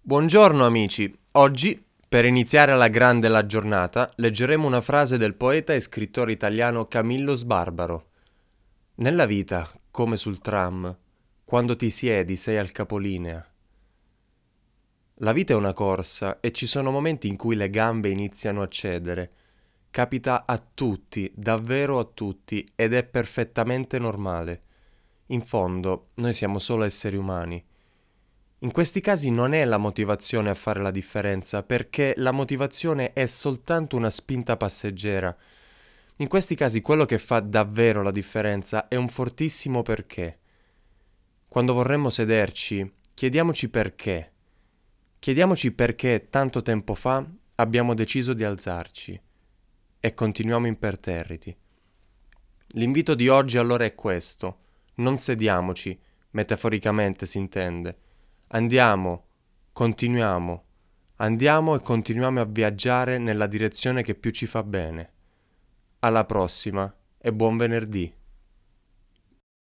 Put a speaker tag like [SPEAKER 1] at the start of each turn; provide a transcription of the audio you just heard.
[SPEAKER 1] Buongiorno amici, oggi, per iniziare alla grande la giornata, leggeremo una frase del poeta e scrittore italiano Camillo Sbarbaro. Nella vita, come sul tram, quando ti siedi sei al capolinea. La vita è una corsa e ci sono momenti in cui le gambe iniziano a cedere. Capita a tutti, davvero a tutti, ed è perfettamente normale. In fondo, noi siamo solo esseri umani. In questi casi non è la motivazione a fare la differenza, perché la motivazione è soltanto una spinta passeggera. In questi casi quello che fa davvero la differenza è un fortissimo perché. Quando vorremmo sederci, chiediamoci perché. Chiediamoci perché tanto tempo fa abbiamo deciso di alzarci e continuiamo imperterriti. L'invito di oggi allora è questo: non sediamoci, metaforicamente si intende. Andiamo, continuiamo, andiamo e continuiamo a viaggiare nella direzione che più ci fa bene. Alla prossima e buon venerdì.